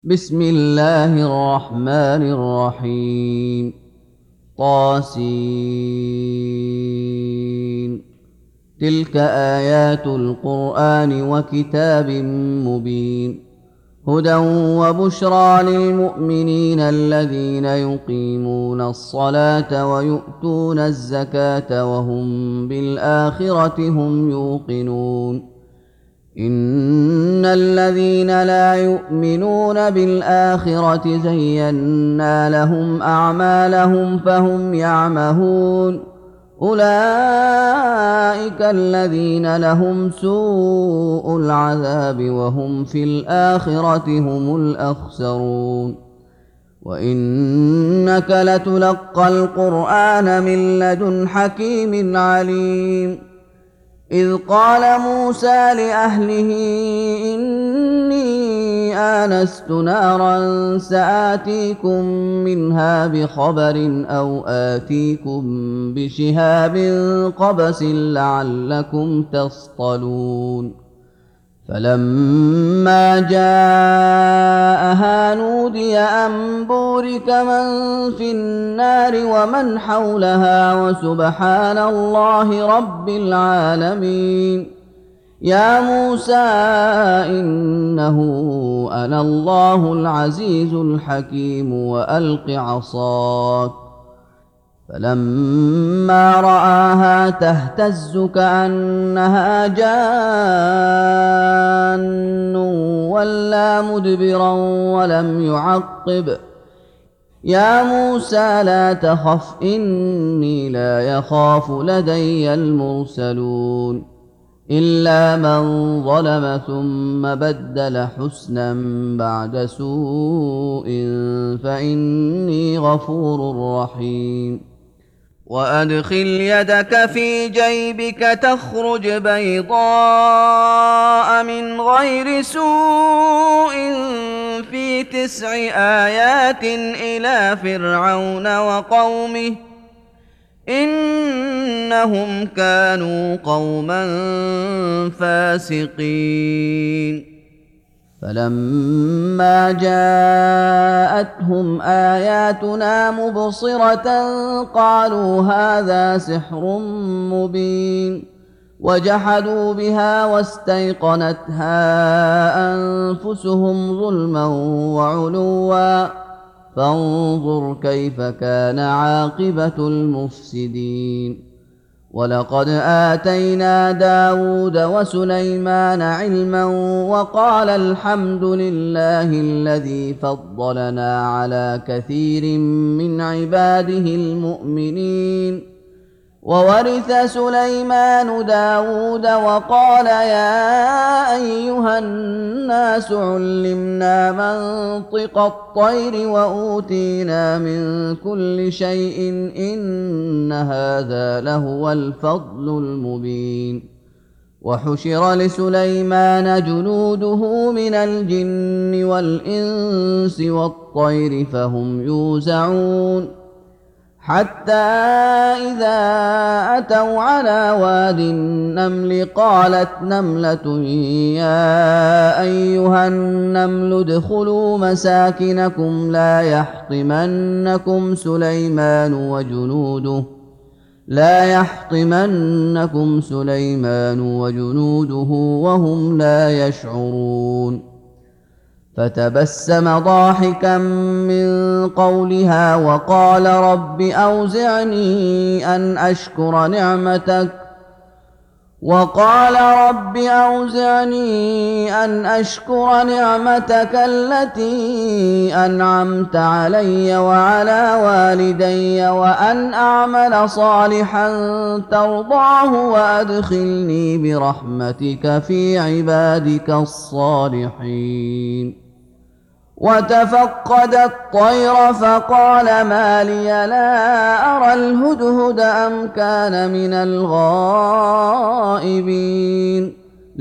بسم الله الرحمن الرحيم. طاسين. تلك آيات القرآن وكتاب مبين، هدى وبشرى للمؤمنين الذين يقيمون الصلاة ويؤتون الزكاة وهم بالآخرة هم يوقنون. إن الذين لا يؤمنون بالآخرة زينا لهم أعمالهم فهم يعمهون. أولئك الذين لهم سوء العذاب وهم في الآخرة هم الأخسرون. وإنك لتلقى القرآن من لدن حكيم عليم. إذ قال موسى لأهله إني آنست نارا سآتيكم منها بخبر أو آتيكم بشهاب قبس لعلكم تصطلون. فلما جاءها نودي أن بورك من في النار ومن حولها وسبحان الله رب العالمين. يا موسى إنه أنا الله العزيز الحكيم وألق عصاك. فلما رآها تهتز كأنها جان ولا مدبرا ولم يعقب. يا موسى لا تخف إني لا يخاف لدي المرسلون. إلا من ظلم ثم بدل حسنا بعد سوء فإني غفور رحيم. وأدخل يدك في جيبك تخرج بيضاء من غير سوء في 9 آيات إلى فرعون وقومه إنهم كانوا قوما فاسقين. فلما جاءتهم آياتنا مبصرة قالوا هذا سحر مبين، وجحدوا بها واستيقنتها أنفسهم ظلما وعلوا فانظر كيف كان عاقبة المفسدين. ولقد آتينا داود وسليمان علما وقال الحمد لله الذي فضلنا على كثير من عباده المؤمنين. وورث سليمان داود وقال يا أيها الناس علمنا منطق الطير وأوتينا من كل شيء إن هذا لهو الفضل المبين. وحشر لسليمان جنوده من الجن والإنس والطير فهم يوزعون. حتى إذا أتوا على واد النمل قالت نملة يا أيها النمل ادخلوا مساكنكم لا يحطمنكم سليمان وجنوده وهم لا يشعرون. فتبسم ضاحكا من قولها وقال رب أوزعني أن أشكر نعمتك التي أنعمت علي وعلى والدي وأن أعمل صالحا ترضاه وأدخلني برحمتك في عبادك الصالحين. وتفقد الطير فقال ما لي لا أرى الهدهد أم كان من الغائبين.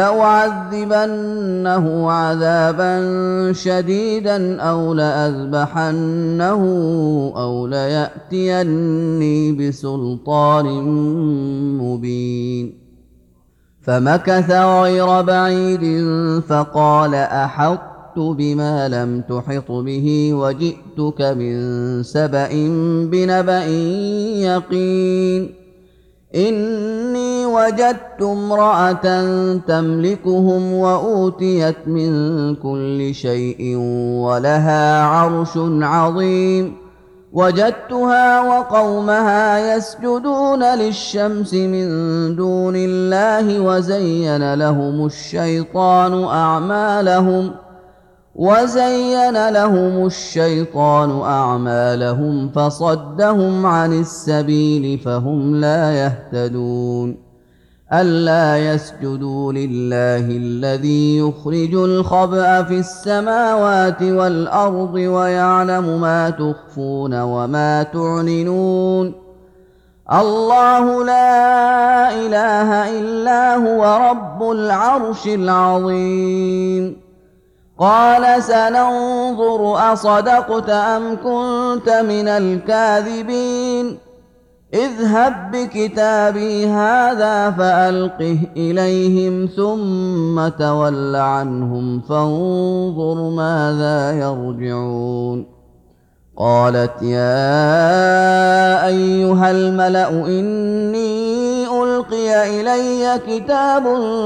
لأعذبنه عذابا شديدا أو لأذبحنه أو ليأتيني بسلطان مبين. فمكث غير بعيد فقال أحطت بما لم تحط به وجئتك من سبأ بنبأ يقين إني وجدت امرأة تملكهم وأوتيت من كل شيء ولها عرش عظيم وجدتها وقومها يسجدون للشمس من دون الله وزين لهم الشيطان أعمالهم فصدهم عن السبيل فهم لا يهتدون ألا يسجدوا لله الذي يخرج الخبأ في السماوات والأرض ويعلم ما تخفون وما تعلنون الله لا إله إلا هو رب العرش العظيم قال سننظر أصدقت أم كنت من الكاذبين اذهب بكتابي هذا فألقه إليهم ثم تول عنهم فانظر ماذا يرجعون قالت يا أيها الملأ إني ألقي إلي كتاب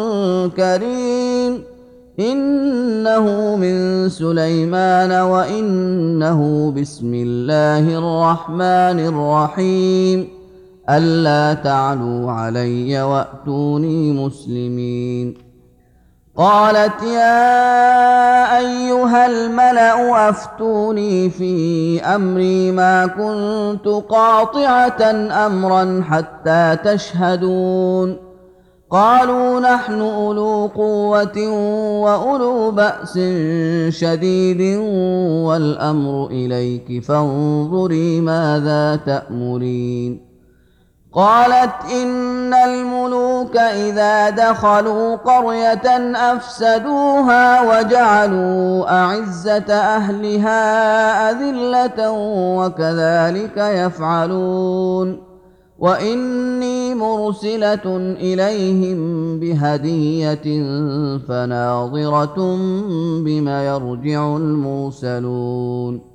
كريم إنه من سليمان وإنه بسم الله الرحمن الرحيم ألا تعلوا علي وأتوني مسلمين قالت يا أيها الملأ أفتوني في أمري ما كنت قاطعة أمرا حتى تشهدون قالوا نحن أولو قوة وأولو بأس شديد والأمر إليك فانظري ماذا تأمرين قالت إن الملوك إذا دخلوا قرية أفسدوها وجعلوا أعزة أهلها أذلة وكذلك يفعلون وإني مرسلة إليهم بهدية فناظرة بما يرجع المرسلون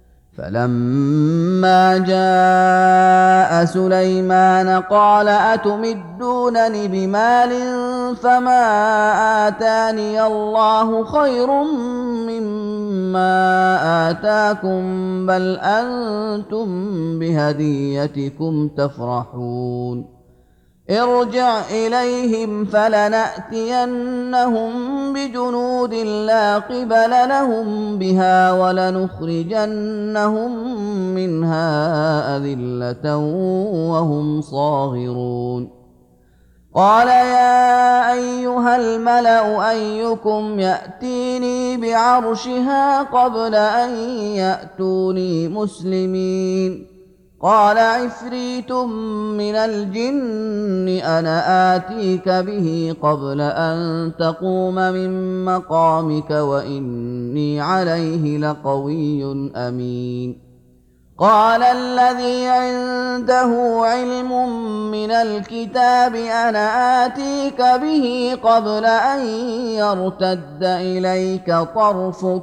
فلما جاء سليمان قال أتمدونني بمال فما آتاني الله خير مما آتاكم بل أنتم بهديتكم تفرحون ارجع إليهم فلنأتينهم بجنود لا قبل لهم بها ولنخرجنهم منها أذلة وهم صاغرون قال يا أيها الملأ أيكم يأتيني بعرشها قبل أن يأتوني مسلمين قال عفريت من الجن أنا آتيك به قبل أن تقوم من مقامك وإني عليه لقوي أمين قال الذي عنده علم من الكتاب أنا آتيك به قبل أن يرتد إليك طرفك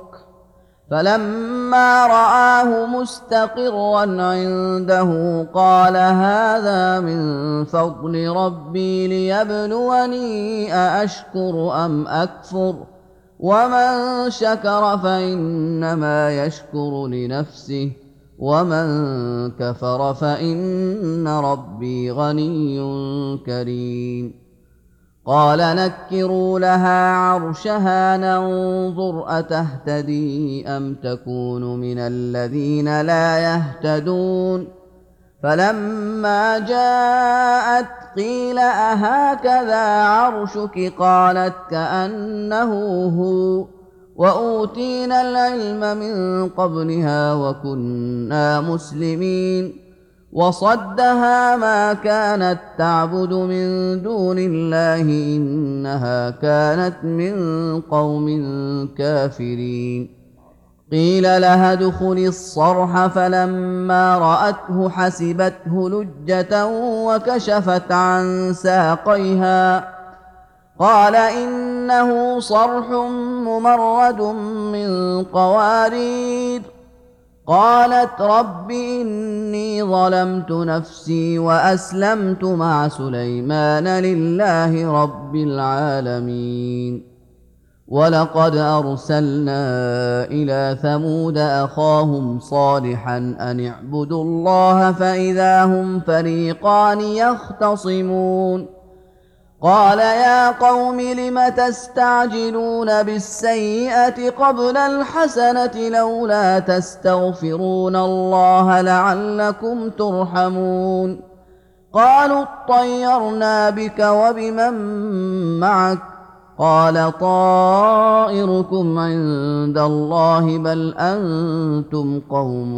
فلما رآه مستقرا عنده قال هذا من فضل ربي ليبلوني أأشكر أم أكفر ومن شكر فإنما يشكر لنفسه ومن كفر فإن ربي غني كريم قال نكروا لها عرشها ننظر أتهتدي أم تكون من الذين لا يهتدون فلما جاءت قيل أهكذا عرشك قالت كأنه هو وأوتينا العلم من قبلها وكنا مسلمين وصدها ما كانت تعبد من دون الله إنها كانت من قوم كافرين قيل لها ادخلي الصرح فلما رأته حسبته لجة وكشفت عن ساقيها قال إنه صرح ممرد من قوارير. قالت رب إني ظلمت نفسي وأسلمت مع سليمان لله رب العالمين. ولقد أرسلنا إلى ثمود أخاهم صالحا أن اعبدوا الله فإذا هم فريقان يختصمون. قال يا قوم لم تستعجلون بالسيئة قبل الحسنة لولا تستغفرون الله لعلكم ترحمون. قالوا اطيرنا بك وبمن معك قال طائركم عند الله بل أنتم قوم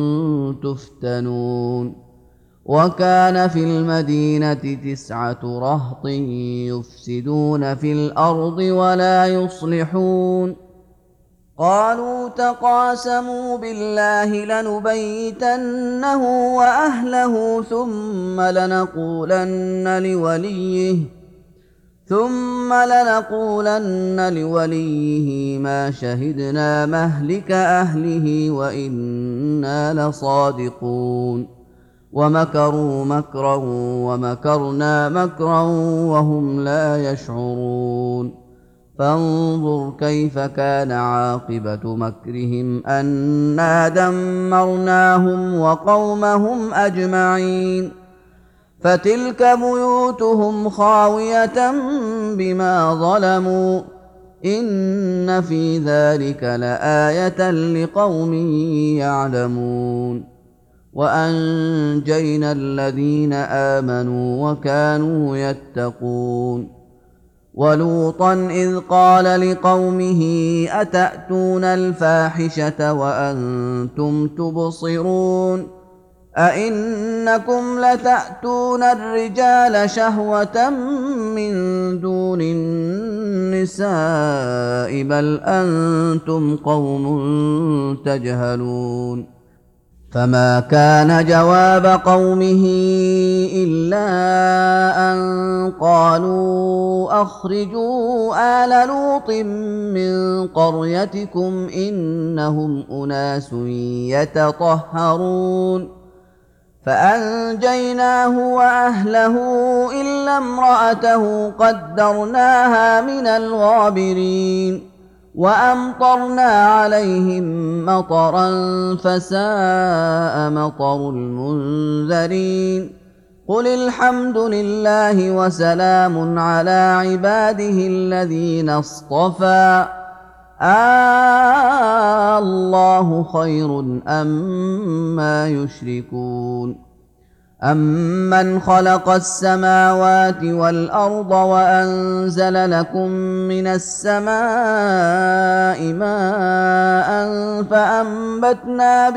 تفتنون. وكان في المدينة 9 رهط يفسدون في الأرض ولا يصلحون. قالوا تقاسموا بالله لنبيتنه وأهله ثم لنقولن لوليه ما شهدنا مهلك أهله وإنا لصادقون. ومكروا مكرا ومكرنا مكرا وهم لا يشعرون. فانظر كيف كان عاقبة مكرهم أنا دمرناهم وقومهم أجمعين. فتلك بيوتهم خاوية بما ظلموا إن في ذلك لآية لقوم يعلمون. وأنجينا الذين آمنوا وكانوا يتقون. ولوطا إذ قال لقومه أتأتون الفاحشة وأنتم تبصرون أئنكم لتأتون الرجال شهوة من دون النساء بل أنتم قوم تجهلون. فما كان جواب قومه إلا أن قالوا أخرجوا آل لوط من قريتكم إنهم أناس يتطهرون. فأنجيناه وأهله إلا امرأته قدرناها من الغابرين. وأمطرنا عليهم مطرا فساء مطر المنذرين. قل الحمد لله وسلام على عباده الذين اصطفى الله خير أما يشركون. أمن خلق السماوات والأرض وأنزل لكم من السماء ماء فأنبتنا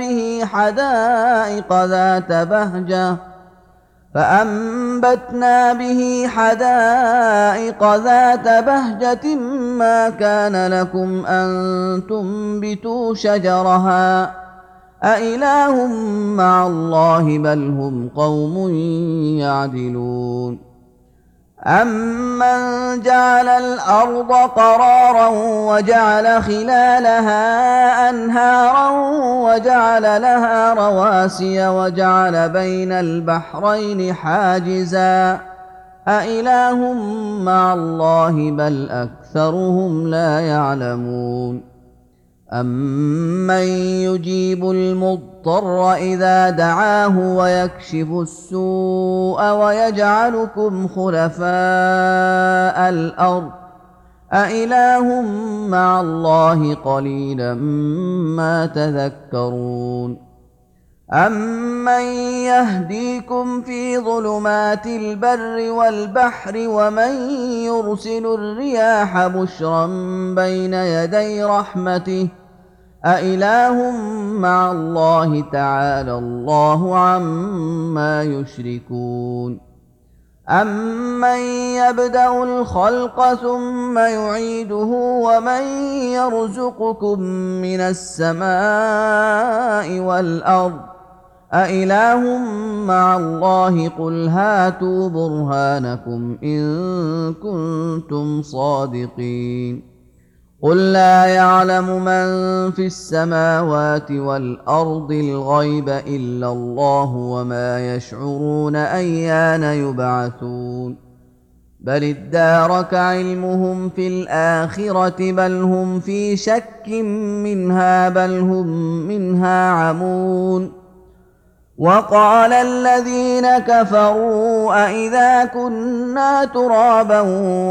به حدائق ذات بهجة ما كان لكم أن تنبتوا شجرها أإله مع الله بل هم قوم يعدلون. أمن جعل الأرض قرارا وجعل خلالها أنهارا وجعل لها رواسي وجعل بين البحرين حاجزا أإله مع الله بل أكثرهم لا يعلمون. أمن يجيب المضطر إذا دعاه ويكشف السوء ويجعلكم خلفاء الأرض أإله مع الله قليلا ما تذكرون. أمن يهديكم في ظلمات البر والبحر ومن يرسل الرياح بشرا بين يدي رحمته أإله مع الله تعالى الله عما يشركون. أمن يبدأ الخلق ثم يعيده ومن يرزقكم من السماء والأرض أإله مع الله قل هاتوا برهانكم إن كنتم صادقين قل لا يعلم من في السماوات والأرض الغيب إلا الله وما يشعرون أيان يبعثون بل ادارك علمهم في الآخرة بل هم في شك منها بل هم منها عمون وقال الذين كفروا أئذا كنا ترابا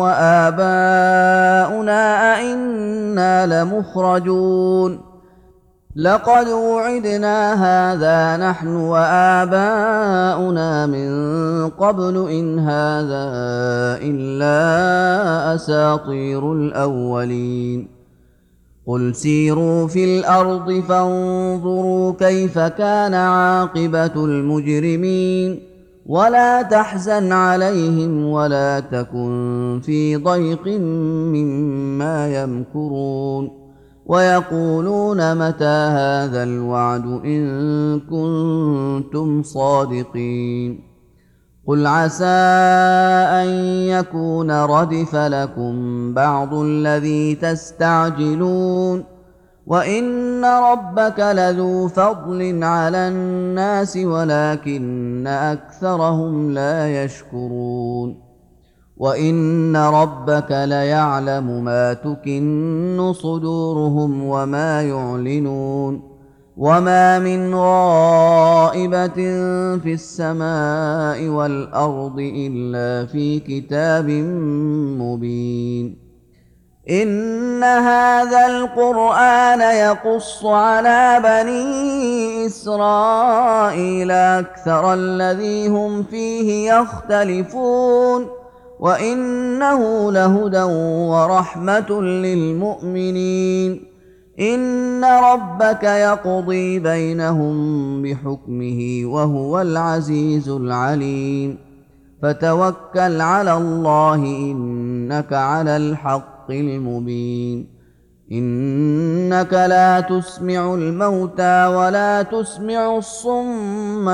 وآباؤنا أئنا لمخرجون لقد وعدنا هذا نحن وآباؤنا من قبل إن هذا إلا أساطير الأولين قل سيروا في الأرض فانظروا كيف كان عاقبة المجرمين ولا تحزن عليهم ولا تكن في ضيق مما يمكرون ويقولون متى هذا الوعد إن كنتم صادقين قل عسى أن يكون ردف لكم بعض الذي تستعجلون وإن ربك لذو فضل على الناس ولكن أكثرهم لا يشكرون وإن ربك ليعلم ما تكن صدورهم وما يعلنون وما من غائبة في السماء والأرض إلا في كتاب مبين إن هذا القرآن يقص على بني إسرائيل أكثر الذي هم فيه يختلفون وإنه لهدى ورحمة للمؤمنين إن ربك يقضي بينهم بحكمه وهو العزيز العليم فتوكل على الله إنك على الحق المبين إنك لا تسمع الموتى ولا تسمع الصم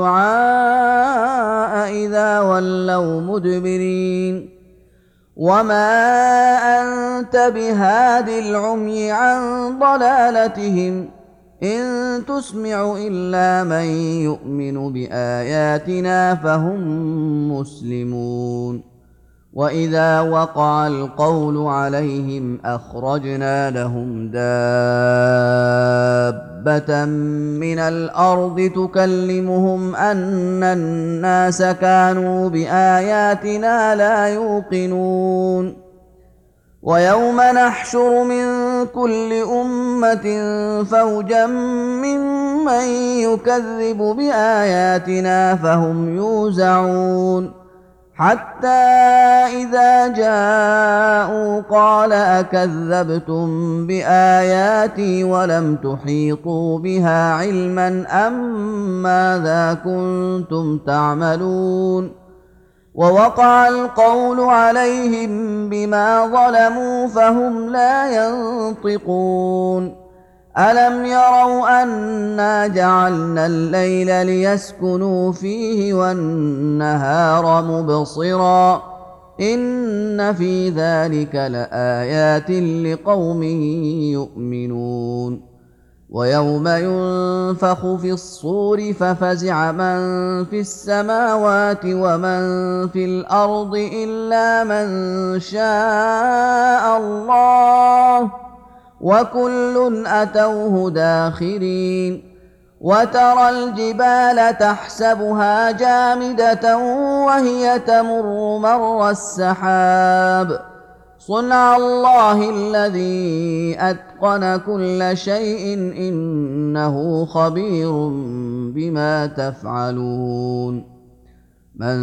الدعاء إذا ولوا مدبرين وما أنت بهاد العمي عن ضلالتهم إن تسمع إلا من يؤمن بآياتنا فهم مسلمون وإذا وقع القول عليهم أخرجنا لهم دابة من الأرض تكلمهم أن الناس كانوا بآياتنا لا يوقنون ويوم نحشر من كل أمة فوجا ممن يكذب بآياتنا فهم يوزعون حتى إذا جاءوا قال أكذبتم بآياتي ولم تحيطوا بها علما أم ماذا كنتم تعملون ووقع القول عليهم بما ظلموا فهم لا ينطقون ألم يروا أنا جعلنا الليل ليسكنوا فيه والنهار مبصرا إن في ذلك لآيات لقوم يؤمنون ويوم ينفخ في الصور ففزع من في السماوات ومن في الأرض إلا من شاء الله وكل أتوه داخرين وترى الجبال تحسبها جامدة وهي تمر مر السحاب صنع الله الذي أتقن كل شيء إنه خبير بما تفعلون من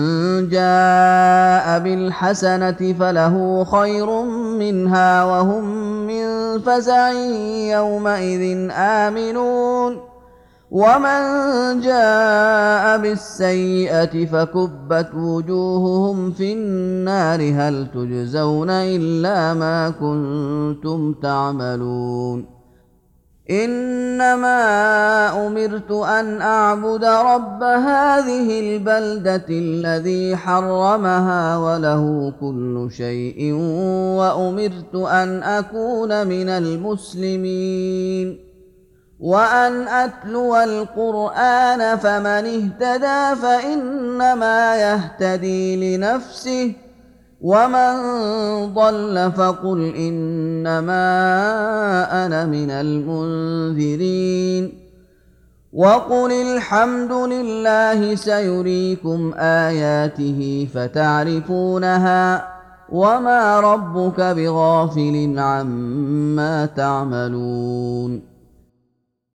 جاء بالحسنة فله خير منها وهم من فزع يومئذ آمنون ومن جاء بالسيئة فكبت وجوههم في النار هل تجزون إلا ما كنتم تعملون إنما أمرت أن أعبد رب هذه البلدة الذي حرمها وله كل شيء وأمرت أن أكون من المسلمين وأن أتلو القرآن فمن اهتدى فإنما يهتدي لنفسه ومن ضل فقل إنما أنا من المنذرين وقل الحمد لله سيريكم آياته فتعرفونها وما ربك بغافل عما تعملون